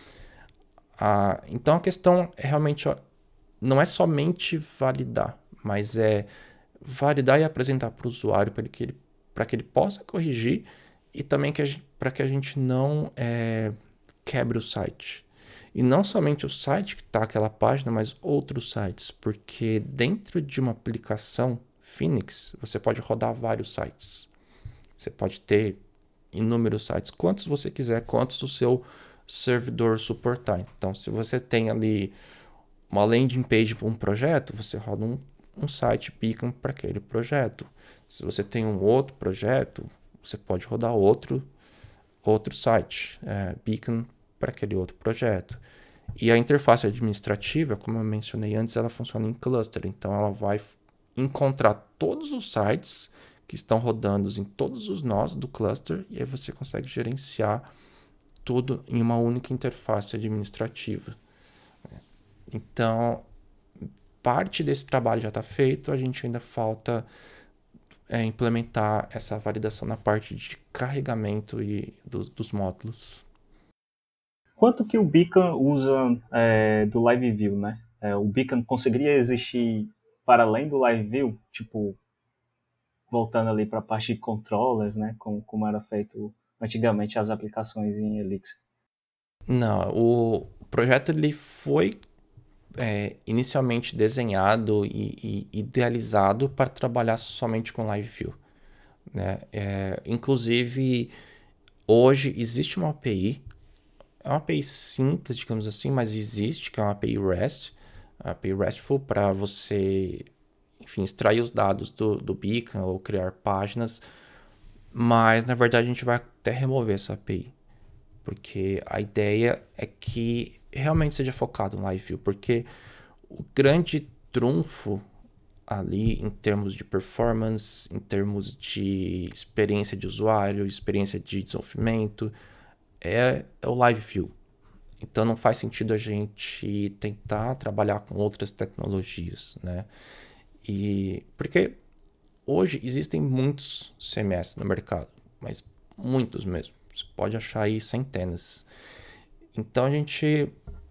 [SPEAKER 4] a questão é realmente, não é somente validar, mas é validar e apresentar para o usuário para que ele possa corrigir e também para que a gente não quebre o site. E não somente o site que está aquela página, mas outros sites, porque dentro de uma aplicação Phoenix, você pode rodar vários sites. Você pode ter inúmeros sites, quantos você quiser, quantos o seu servidor suportar. Então, se você tem ali uma landing page para um projeto, você roda um site Beacon para aquele projeto. Se você tem um outro projeto, você pode rodar outro site, Beacon para aquele outro projeto. E a interface administrativa, como eu mencionei antes, ela funciona em cluster. Então, ela vai encontrar todos os sites que estão rodando em todos os nós do cluster e aí você consegue gerenciar tudo em uma única interface administrativa. Então, parte desse trabalho já está feito, a gente ainda falta implementar essa validação na parte de carregamento e dos módulos.
[SPEAKER 5] Quanto que o Beacon usa do Live View, né? O Beacon conseguiria existir para além do Live View, tipo, voltando ali para a parte de controllers, né? Como era feito antigamente as aplicações em Elixir.
[SPEAKER 4] Não, o projeto ele foi inicialmente desenhado e idealizado para trabalhar somente com Live View, né? Inclusive, hoje existe uma API, é uma API simples, digamos assim, mas existe, que é uma API REST, a API RESTful, para você, enfim, extrair os dados do Beacon ou criar páginas, mas na verdade a gente vai até remover essa API, porque a ideia é que realmente seja focado no Live View, porque o grande trunfo ali em termos de performance, em termos de experiência de usuário, experiência de desenvolvimento, é o Live View. Então não faz sentido a gente tentar trabalhar com outras tecnologias, né? Porque hoje existem muitos CMS no mercado, mas muitos mesmo. Você pode achar aí centenas. Então a gente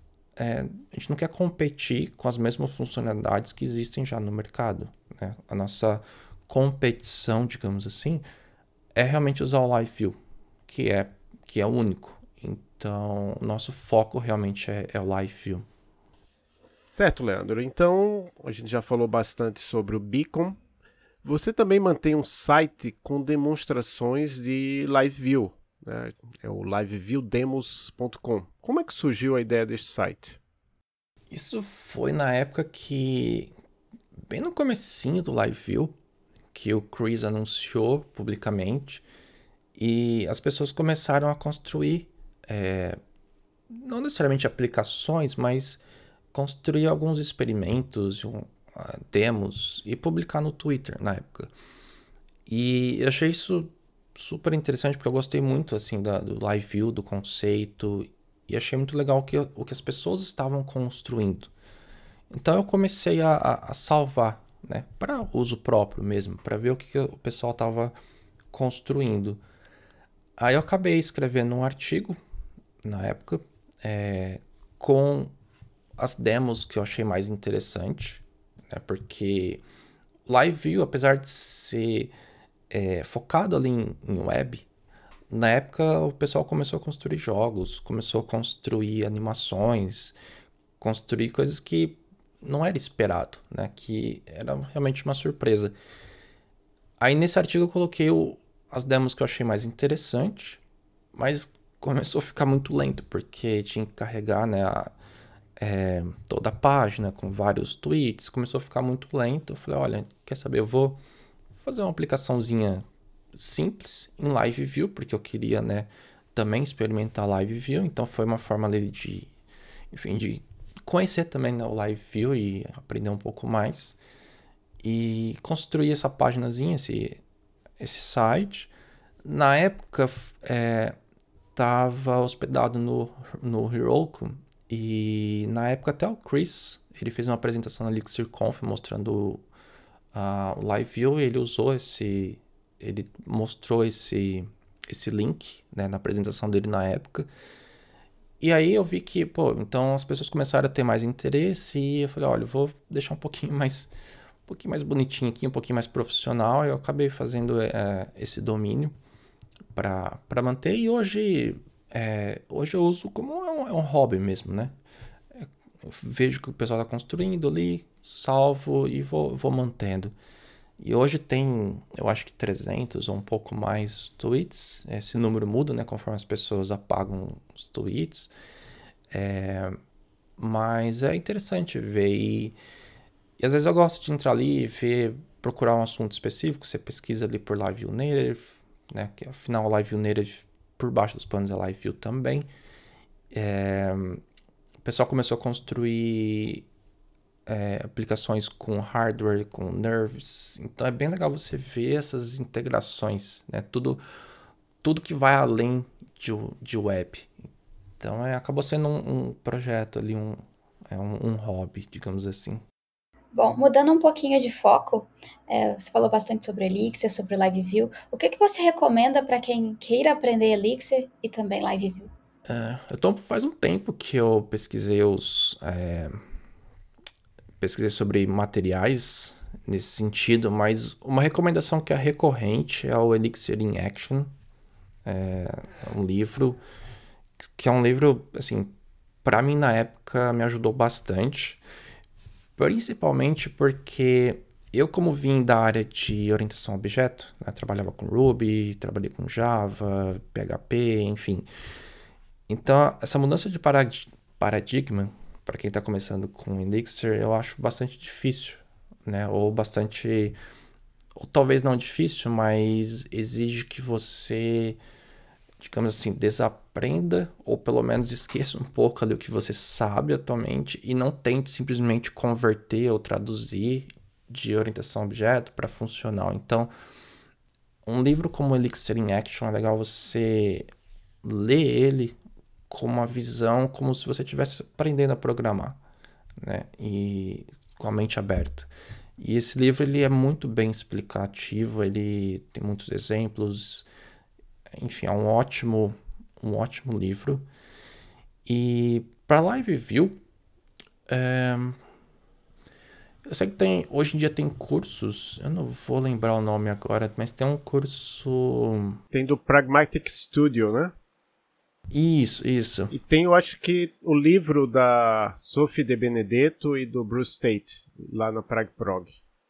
[SPEAKER 4] não quer competir com as mesmas funcionalidades que existem já no mercado, né? A nossa competição, digamos assim, é realmente usar o Live View, que é único. Então, o nosso foco realmente é o Live View.
[SPEAKER 1] Certo, Leandro. Então, a gente já falou bastante sobre o Beacon. Você também mantém um site com demonstrações de Live View, né? É o liveviewdemos.com. Como é que surgiu a ideia deste site?
[SPEAKER 4] Isso foi na época que, bem no comecinho do Live View, que o Chris anunciou publicamente e as pessoas começaram a construir, não necessariamente aplicações, mas construir alguns experimentos, demos e publicar no Twitter na época. E eu achei isso super interessante porque eu gostei muito assim do Live View, do conceito, e achei muito legal o que as pessoas estavam construindo. Então eu comecei a salvar, né, para uso próprio mesmo, para ver o que o pessoal estava construindo. Aí eu acabei escrevendo um artigo na época com as demos que eu achei mais interessante, né, porque Live View, apesar de ser focado ali em web, na época o pessoal começou a construir jogos, começou a construir animações, construir coisas que não era esperado, né? Que era realmente uma surpresa. Aí nesse artigo eu coloquei as demos que eu achei mais interessante, mas começou a ficar muito lento, porque tinha que carregar, né, toda a página com vários tweets, começou a ficar muito lento. Eu falei, olha, quer saber, eu vou fazer uma aplicaçãozinha simples em Live View, porque eu queria, né, também experimentar Live View, então foi uma forma ali de conhecer também, né, o Live View e aprender um pouco mais. E construir essa paginazinha, esse site. Na época, estava hospedado no Heroku, e na época até o Chris, ele fez uma apresentação na ElixirConf mostrando o Live View, e ele mostrou esse link, né, na apresentação dele na época. E aí eu vi que, então as pessoas começaram a ter mais interesse, e eu falei, olha, eu vou deixar um pouquinho mais bonitinho aqui, um pouquinho mais profissional. Eu acabei fazendo esse domínio para manter, e hoje eu uso como um hobby mesmo, né? Eu vejo que o pessoal está construindo ali, salvo e vou mantendo. E hoje tem, eu acho que 300 ou um pouco mais tweets. Esse número muda, né, conforme as pessoas apagam os tweets. Mas é interessante ver. E às vezes eu gosto de entrar ali e procurar um assunto específico. Você pesquisa ali por Live View Native, né, que afinal Live View Native por baixo dos panos é Live View também. O pessoal começou a construir aplicações com hardware, com nerves. Então é bem legal você ver essas integrações, né? Tudo que vai além de web. Então acabou sendo um projeto ali, um hobby, digamos assim.
[SPEAKER 3] Bom, mudando um pouquinho de foco, você falou bastante sobre Elixir, sobre Live View. O que você recomenda para quem queira aprender Elixir e também Live View?
[SPEAKER 4] Faz um tempo que eu pesquisei sobre materiais nesse sentido, mas uma recomendação que é recorrente é o Elixir in Action. É um livro que é um livro, assim, para mim na época me ajudou bastante, principalmente porque eu, como vim da área de orientação a objeto, né, trabalhava com Ruby, trabalhei com Java, PHP, enfim. Então, essa mudança de paradigma, para quem está começando com Elixir, eu acho bastante difícil, né? Ou talvez não difícil, mas exige que você, digamos assim, aprenda, ou pelo menos esqueça um pouco ali o que você sabe atualmente e não tente simplesmente converter ou traduzir de orientação a objeto para funcional. Então, um livro como Elixir in Action é legal você ler ele com uma visão como se você estivesse aprendendo a programar, né? E com a mente aberta. E esse livro ele é muito bem explicativo, ele tem muitos exemplos, enfim, é um ótimo livro. E para Live View, eu sei que hoje em dia tem cursos, eu não vou lembrar o nome agora, mas tem um curso...
[SPEAKER 1] Tem do Pragmatic Studio, né?
[SPEAKER 4] Isso.
[SPEAKER 1] E tem, eu acho que, o livro da Sophie de Benedetto e do Bruce Tate, lá na PragProg.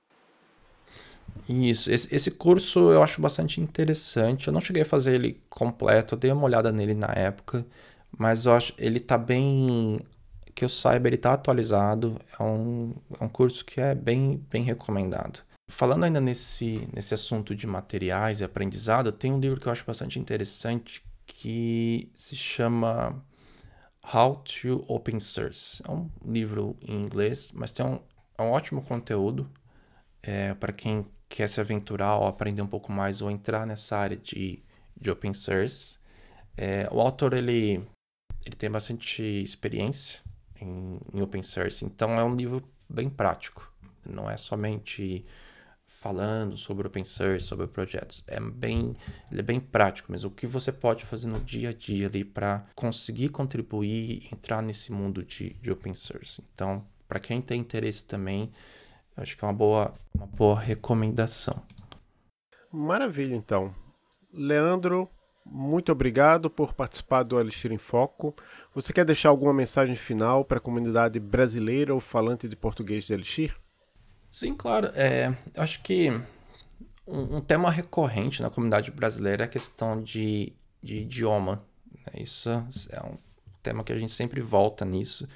[SPEAKER 4] Isso, esse curso eu acho bastante interessante. Eu não cheguei a fazer ele completo, eu dei uma olhada nele na época, mas eu acho ele tá bem... Que eu saiba, ele tá atualizado, é um curso que é bem recomendado. Falando ainda nesse assunto de materiais e aprendizado, tem um livro que eu acho bastante interessante que se chama How to Open Source. É um livro em inglês, mas tem um ótimo conteúdo para quem quer se aventurar ou aprender um pouco mais ou entrar nessa área de open source. O autor ele tem bastante experiência em open source, então é um livro bem prático. Não é somente falando sobre open source, sobre projetos. Ele é bem prático mesmo. O que você pode fazer no dia a dia ali para conseguir contribuir e entrar nesse mundo de open source. Então, para quem tem interesse também, acho que é uma boa recomendação.
[SPEAKER 1] Maravilha, então. Leandro, muito obrigado por participar do Elixir em Foco. Você quer deixar alguma mensagem final para a comunidade brasileira ou falante de português de Elixir?
[SPEAKER 4] Sim, claro. Eu acho que um tema recorrente na comunidade brasileira é a questão de idioma. Isso é um tema que a gente sempre volta nisso.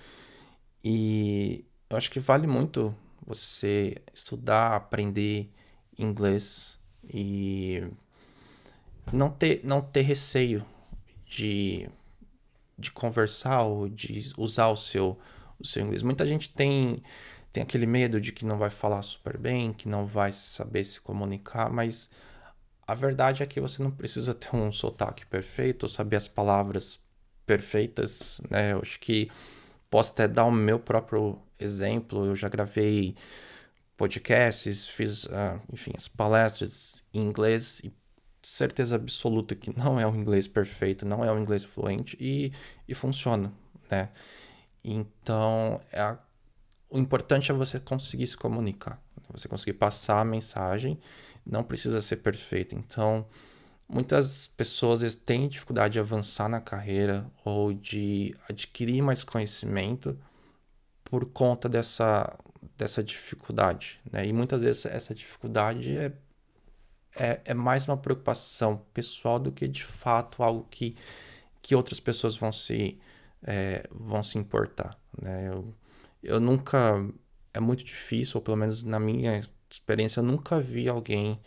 [SPEAKER 4] E eu acho que vale muito você estudar, aprender inglês e não ter receio de conversar ou de usar o seu inglês. Muita gente tem aquele medo de que não vai falar super bem, que não vai saber se comunicar, mas a verdade é que você não precisa ter um sotaque perfeito ou saber as palavras perfeitas, né? Eu acho que posso até dar o meu próprio exemplo. Eu já gravei podcasts, fiz, enfim, as palestras em inglês e certeza absoluta que não é um inglês perfeito, não é um inglês fluente e funciona, né? Então, o importante é você conseguir se comunicar, você conseguir passar a mensagem, não precisa ser perfeito. Então, muitas pessoas têm dificuldade de avançar na carreira ou de adquirir mais conhecimento por conta dessa dificuldade, né? E muitas vezes essa dificuldade é mais uma preocupação pessoal do que de fato algo que outras pessoas vão se importar, né? Eu nunca... É muito difícil, ou pelo menos na minha experiência, eu nunca vi alguém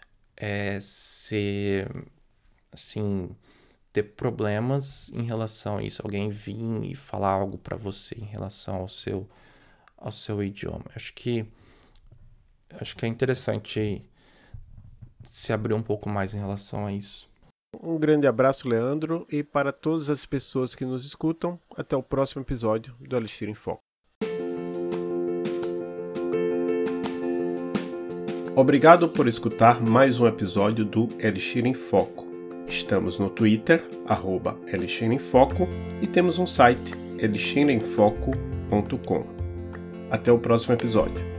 [SPEAKER 4] ter problemas em relação a isso. Alguém vir e falar algo para você em relação ao seu idioma. Acho que é interessante se abrir um pouco mais em relação a isso.
[SPEAKER 1] Um grande abraço, Leandro, e para todas as pessoas que nos escutam, até o próximo episódio do Elixir em Foco. Obrigado por escutar mais um episódio do Elixir em Foco. Estamos no Twitter, @Elixir em Foco, e temos um site, elixiremfoco.com. Até o próximo episódio.